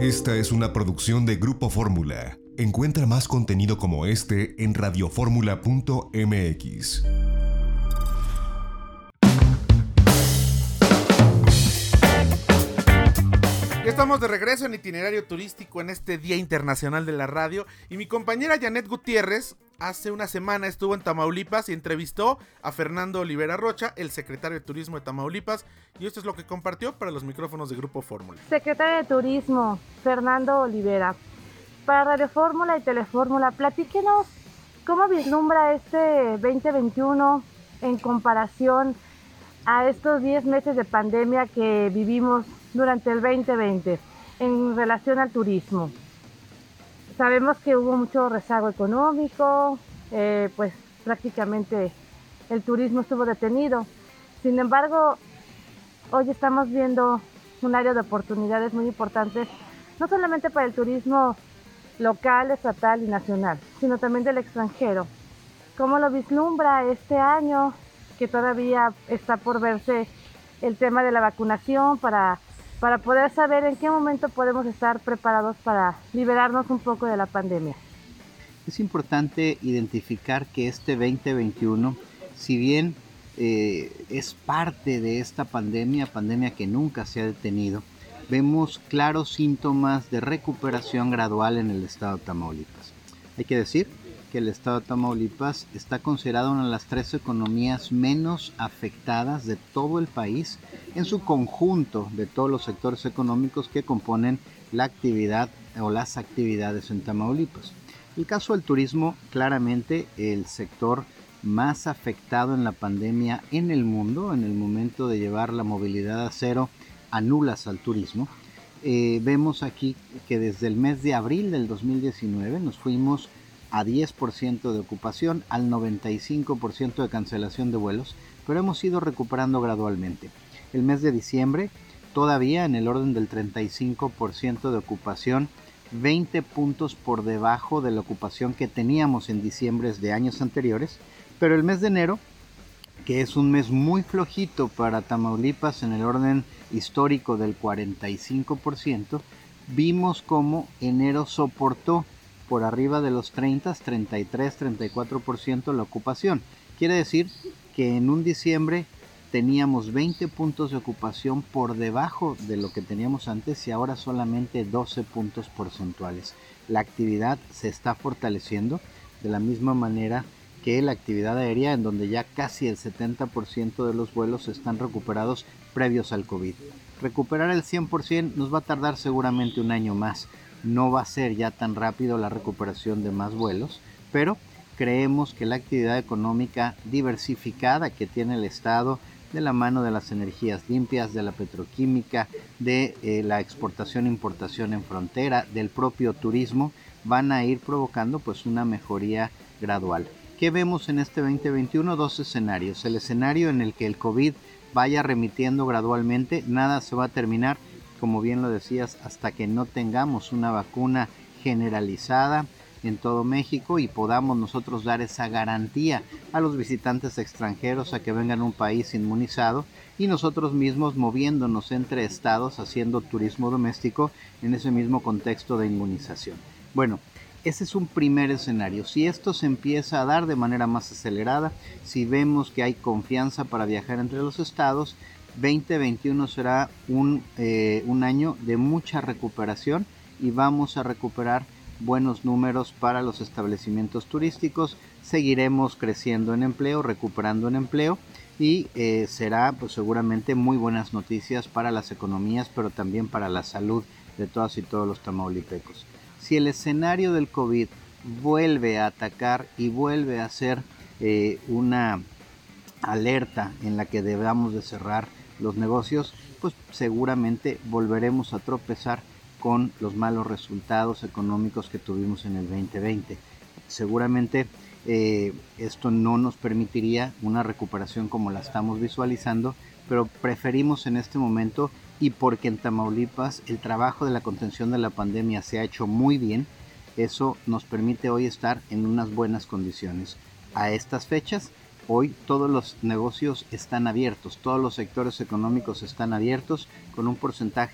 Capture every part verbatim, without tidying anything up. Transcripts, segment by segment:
Esta es una producción de Grupo Fórmula. Encuentra más contenido como este en radioformula punto m x. Ya estamos de regreso en Itinerario Turístico en este Día Internacional de la Radio y mi compañera Janet Gutiérrez hace una semana estuvo en Tamaulipas y entrevistó a Fernando Olivera Rocha, el secretario de Turismo de Tamaulipas, y esto es lo que compartió para los micrófonos de Grupo Fórmula. Secretario de Turismo, Fernando Olivera. Para Radio Fórmula y Telefórmula, platíquenos cómo vislumbra este veinte veintiuno en comparación a estos diez meses de pandemia que vivimos durante el veinte veinte en relación al turismo. Sabemos que hubo mucho rezago económico, eh, pues prácticamente el turismo estuvo detenido. Sin embargo, hoy estamos viendo un área de oportunidades muy importantes, no solamente para el turismo local, estatal y nacional, sino también del extranjero. ¿Cómo lo vislumbra este año, que todavía está por verse el tema de la vacunación para, para poder saber en qué momento podemos estar preparados para liberarnos un poco de la pandemia? Es importante identificar que este veinte veintiuno, si bien eh, es parte de esta pandemia, pandemia que nunca se ha detenido, vemos claros síntomas de recuperación gradual en el estado de Tamaulipas. Hay que decir que el estado de Tamaulipas está considerado una de las tres economías menos afectadas de todo el país en su conjunto de todos los sectores económicos que componen la actividad o las actividades en Tamaulipas. El caso del turismo, claramente el sector más afectado en la pandemia en el mundo, en el momento de llevar la movilidad a cero, anulas al turismo. Eh, vemos aquí que desde el mes de abril del dos mil diecinueve nos fuimos a diez por ciento de ocupación, al noventa y cinco por ciento de cancelación de vuelos, pero hemos ido recuperando gradualmente. El mes de diciembre, todavía en el orden del treinta y cinco por ciento de ocupación, veinte puntos por debajo de la ocupación que teníamos en diciembre de años anteriores, pero el mes de enero, que es un mes muy flojito para Tamaulipas en el orden histórico del cuarenta y cinco por ciento, vimos cómo enero soportó por arriba de los treinta, treinta y tres, treinta y cuatro por ciento la ocupación. Quiere decir que en un diciembre teníamos veinte puntos de ocupación por debajo de lo que teníamos antes y ahora solamente doce puntos porcentuales. La actividad se está fortaleciendo de la misma manera que la actividad aérea, en donde ya casi el setenta por ciento de los vuelos están recuperados previos al COVID. Recuperar el cien por ciento nos va a tardar seguramente un año más. No va a ser ya tan rápido la recuperación de más vuelos, pero creemos que la actividad económica diversificada que tiene el Estado, de la mano de las energías limpias, de la petroquímica, de eh, la exportación e importación en frontera, del propio turismo, van a ir provocando pues una mejoría gradual. ¿Qué vemos en este veinte veintiuno? Dos escenarios. El escenario en el que el COVID vaya remitiendo gradualmente, nada se va a terminar, como bien lo decías, hasta que no tengamos una vacuna generalizada en todo México y podamos nosotros dar esa garantía a los visitantes extranjeros a que vengan a un país inmunizado y nosotros mismos moviéndonos entre estados haciendo turismo doméstico en ese mismo contexto de inmunización. Bueno, ese es un primer escenario. Si esto se empieza a dar de manera más acelerada, si vemos que hay confianza para viajar entre los estados, veinte veintiuno será un, eh, un año de mucha recuperación y vamos a recuperar buenos números para los establecimientos turísticos. Seguiremos creciendo en empleo, recuperando en empleo y eh, será pues seguramente muy buenas noticias para las economías, pero también para la salud de todas y todos los tamaulipecos. Si el escenario del COVID vuelve a atacar y vuelve a ser eh, una alerta en la que debamos de cerrar los negocios, pues seguramente volveremos a tropezar con los malos resultados económicos que tuvimos en el veinte veinte. Seguramente eh, esto no nos permitiría una recuperación como la estamos visualizando, pero preferimos en este momento, y porque en Tamaulipas el trabajo de la contención de la pandemia se ha hecho muy bien, eso nos permite hoy estar en unas buenas condiciones. A estas fechas, hoy todos los negocios están abiertos, todos los sectores económicos están abiertos con un porcentaje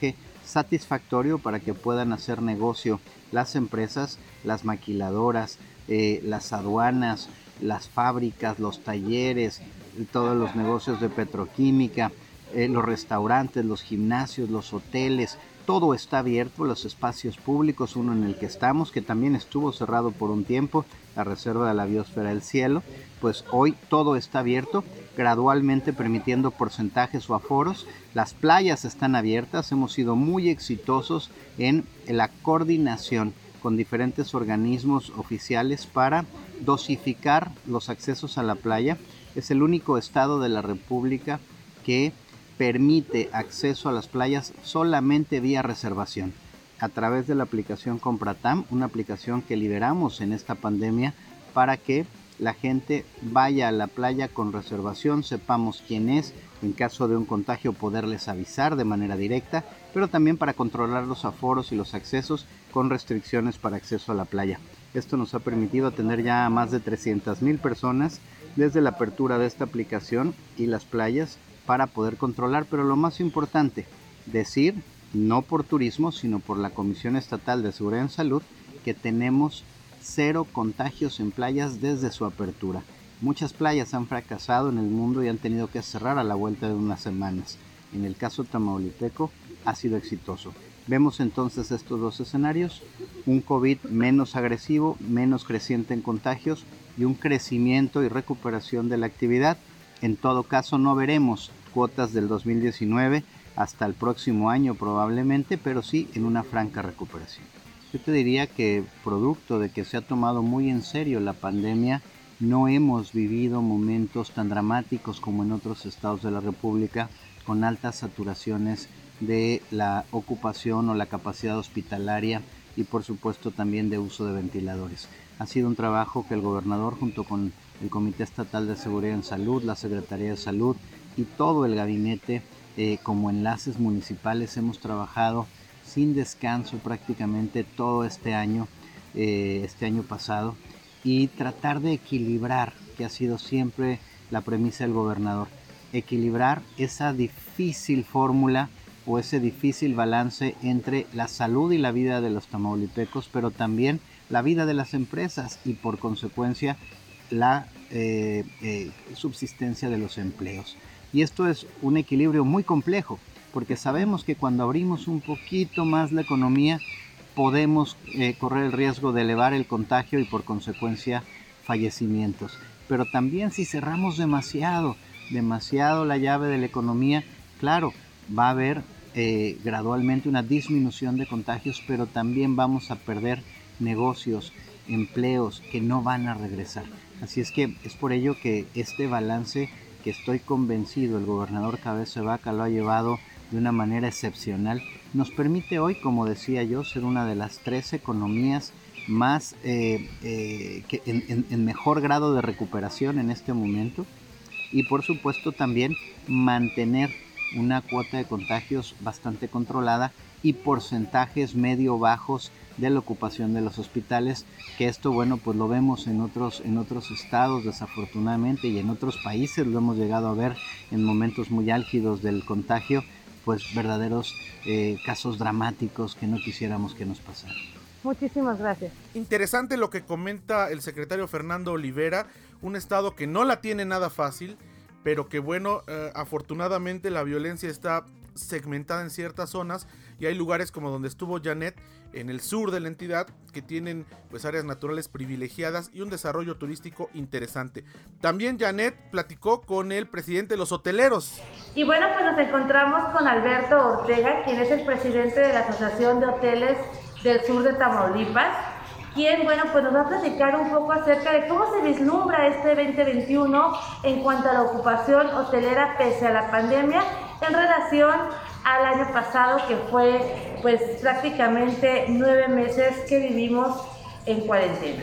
satisfactorio para que puedan hacer negocio las empresas, las maquiladoras, eh, las aduanas, las fábricas, los talleres, todos los negocios de petroquímica, eh, los restaurantes, los gimnasios, los hoteles. Todo está abierto, los espacios públicos, uno en el que estamos, que también estuvo cerrado por un tiempo, la Reserva de la Biosfera del Cielo, pues hoy todo está abierto, gradualmente permitiendo porcentajes o aforos. Las playas están abiertas, hemos sido muy exitosos en la coordinación con diferentes organismos oficiales para dosificar los accesos a la playa. Es el único estado de la República que permite acceso a las playas solamente vía reservación a través de la aplicación Compratam, una aplicación que liberamos en esta pandemia para que la gente vaya a la playa con reservación, sepamos quién es, en caso de un contagio poderles avisar de manera directa, pero también para controlar los aforos y los accesos con restricciones para acceso a la playa. Esto nos ha permitido atender ya a más de trescientas mil personas desde la apertura de esta aplicación y las playas para poder controlar, pero lo más importante, decir, no por turismo, sino por la Comisión Estatal de Seguridad en Salud, que tenemos cero contagios en playas desde su apertura. Muchas playas han fracasado en el mundo y han tenido que cerrar a la vuelta de unas semanas. En el caso tamaulipeco ha sido exitoso. Vemos entonces estos dos escenarios, un COVID menos agresivo, menos creciente en contagios y un crecimiento y recuperación de la actividad. En todo caso no veremos cuotas del dos mil diecinueve hasta el próximo año probablemente, pero sí en una franca recuperación. Yo te diría que producto de que se ha tomado muy en serio la pandemia, no hemos vivido momentos tan dramáticos como en otros estados de la República con altas saturaciones de la ocupación o la capacidad hospitalaria y por supuesto también de uso de ventiladores. Ha sido un trabajo que el gobernador junto con el Comité Estatal de Seguridad en Salud, la Secretaría de Salud y todo el gabinete eh, como enlaces municipales hemos trabajado sin descanso prácticamente todo este año, eh, este año pasado, y tratar de equilibrar, que ha sido siempre la premisa del gobernador, equilibrar esa difícil fórmula o ese difícil balance entre la salud y la vida de los tamaulipecos, pero también la vida de las empresas y por consecuencia la eh, eh, subsistencia de los empleos. Y esto es un equilibrio muy complejo, porque sabemos que cuando abrimos un poquito más la economía podemos eh, correr el riesgo de elevar el contagio y por consecuencia fallecimientos. Pero también si cerramos demasiado, demasiado la llave de la economía, claro, va a haber eh, gradualmente una disminución de contagios, pero también vamos a perder negocios, empleos que no van a regresar. Así es que es por ello que este balance que estoy convencido el gobernador Cabeza de Vaca lo ha llevado de una manera excepcional, nos permite hoy, como decía yo, ser una de las tres economías más eh, eh, que en, en, en mejor grado de recuperación en este momento y por supuesto también mantener una cuota de contagios bastante controlada y porcentajes medio bajos de la ocupación de los hospitales, que esto bueno pues lo vemos en otros, en otros estados desafortunadamente y en otros países lo hemos llegado a ver en momentos muy álgidos del contagio, pues verdaderos eh, casos dramáticos que no quisiéramos que nos pasaran. Muchísimas gracias. Interesante lo que comenta el secretario Fernando Olivera, un estado que no la tiene nada fácil, pero que bueno, eh, afortunadamente la violencia está segmentada en ciertas zonas y hay lugares como donde estuvo Janet en el sur de la entidad que tienen pues áreas naturales privilegiadas y un desarrollo turístico interesante. También Janet platicó con el presidente de los hoteleros. Y bueno, pues nos encontramos con Alberto Ortega, quien es el presidente de la Asociación de Hoteles del Sur de Tamaulipas, quien, bueno, pues nos va a platicar un poco acerca de cómo se vislumbra este veinte veintiuno en cuanto a la ocupación hotelera pese a la pandemia en relación al año pasado, que fue pues prácticamente nueve meses que vivimos en cuarentena.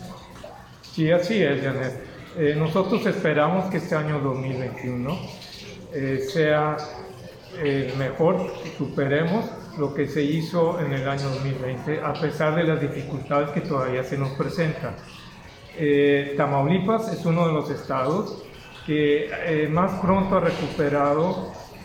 Sí, así es, Janet. Eh, nosotros esperamos que este año dos mil veintiuno eh, sea el mejor, que superemos lo que se hizo en el año dos mil veinte, a pesar de las dificultades que todavía se nos presentan. Eh, Tamaulipas es uno de los estados que eh, más pronto ha recuperado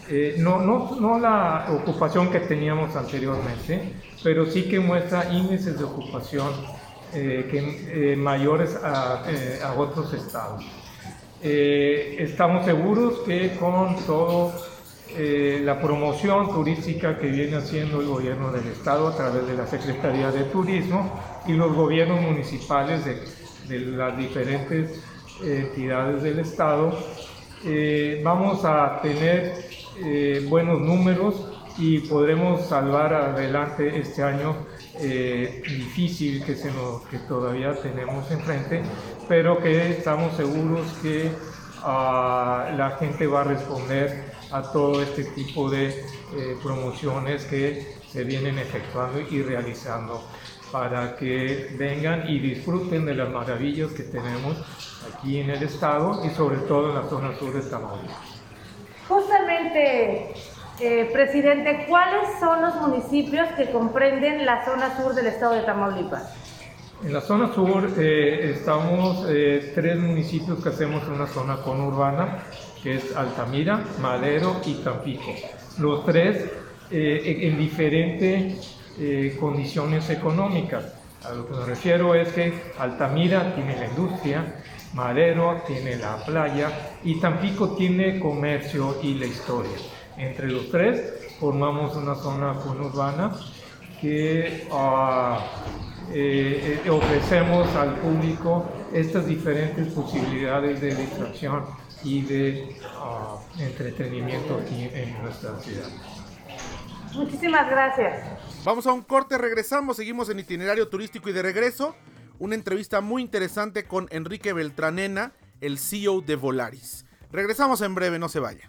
Eh, no, no, no la ocupación que teníamos anteriormente, pero sí que muestra índices de ocupación eh, que, eh, mayores a, eh, a otros estados. Eh, estamos seguros que con todo eh, la promoción turística que viene haciendo el gobierno del estado a través de la Secretaría de Turismo y los gobiernos municipales de, de las diferentes entidades del estado, eh, vamos a tener Eh, buenos números y podremos salvar adelante este año eh, difícil que, se nos, que todavía tenemos enfrente, pero que estamos seguros que uh, la gente va a responder a todo este tipo de eh, promociones que se vienen efectuando y realizando para que vengan y disfruten de las maravillas que tenemos aquí en el estado y sobre todo en la zona sur de Tamaulipas. Justamente, eh, presidente, ¿cuáles son los municipios que comprenden la zona sur del estado de Tamaulipas? En la zona sur eh, estamos eh, tres municipios que hacemos una zona conurbana, que es Altamira, Madero y Tampico. Los tres eh, en diferentes eh, condiciones económicas. A lo que me refiero es que Altamira tiene la industria, Madero tiene la playa y Tampico tiene comercio y la historia. Entre los tres formamos una zona conurbana que uh, eh, eh, ofrecemos al público estas diferentes posibilidades de distracción y de uh, entretenimiento aquí en nuestra ciudad. Muchísimas gracias. Vamos a un corte, regresamos, seguimos en Itinerario Turístico y de regreso, una entrevista muy interesante con Enrique Beltranena, el C E O de Volaris. Regresamos en breve, no se vaya.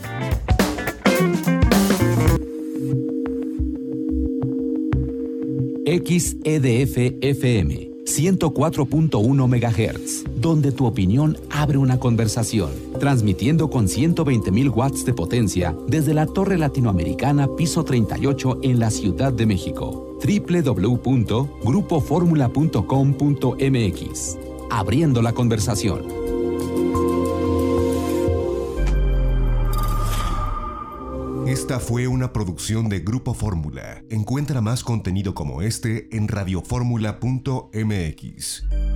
X E D F F M ciento cuatro punto uno megahertz, donde tu opinión abre una conversación, transmitiendo con ciento veinte mil watts de potencia desde la Torre Latinoamericana piso treinta y ocho en la Ciudad de México. doble u doble u doble u punto grupo fórmula punto com punto m x. Abriendo la conversación. Esta fue una producción de Grupo Fórmula. Encuentra más contenido como este en radio fórmula punto m x.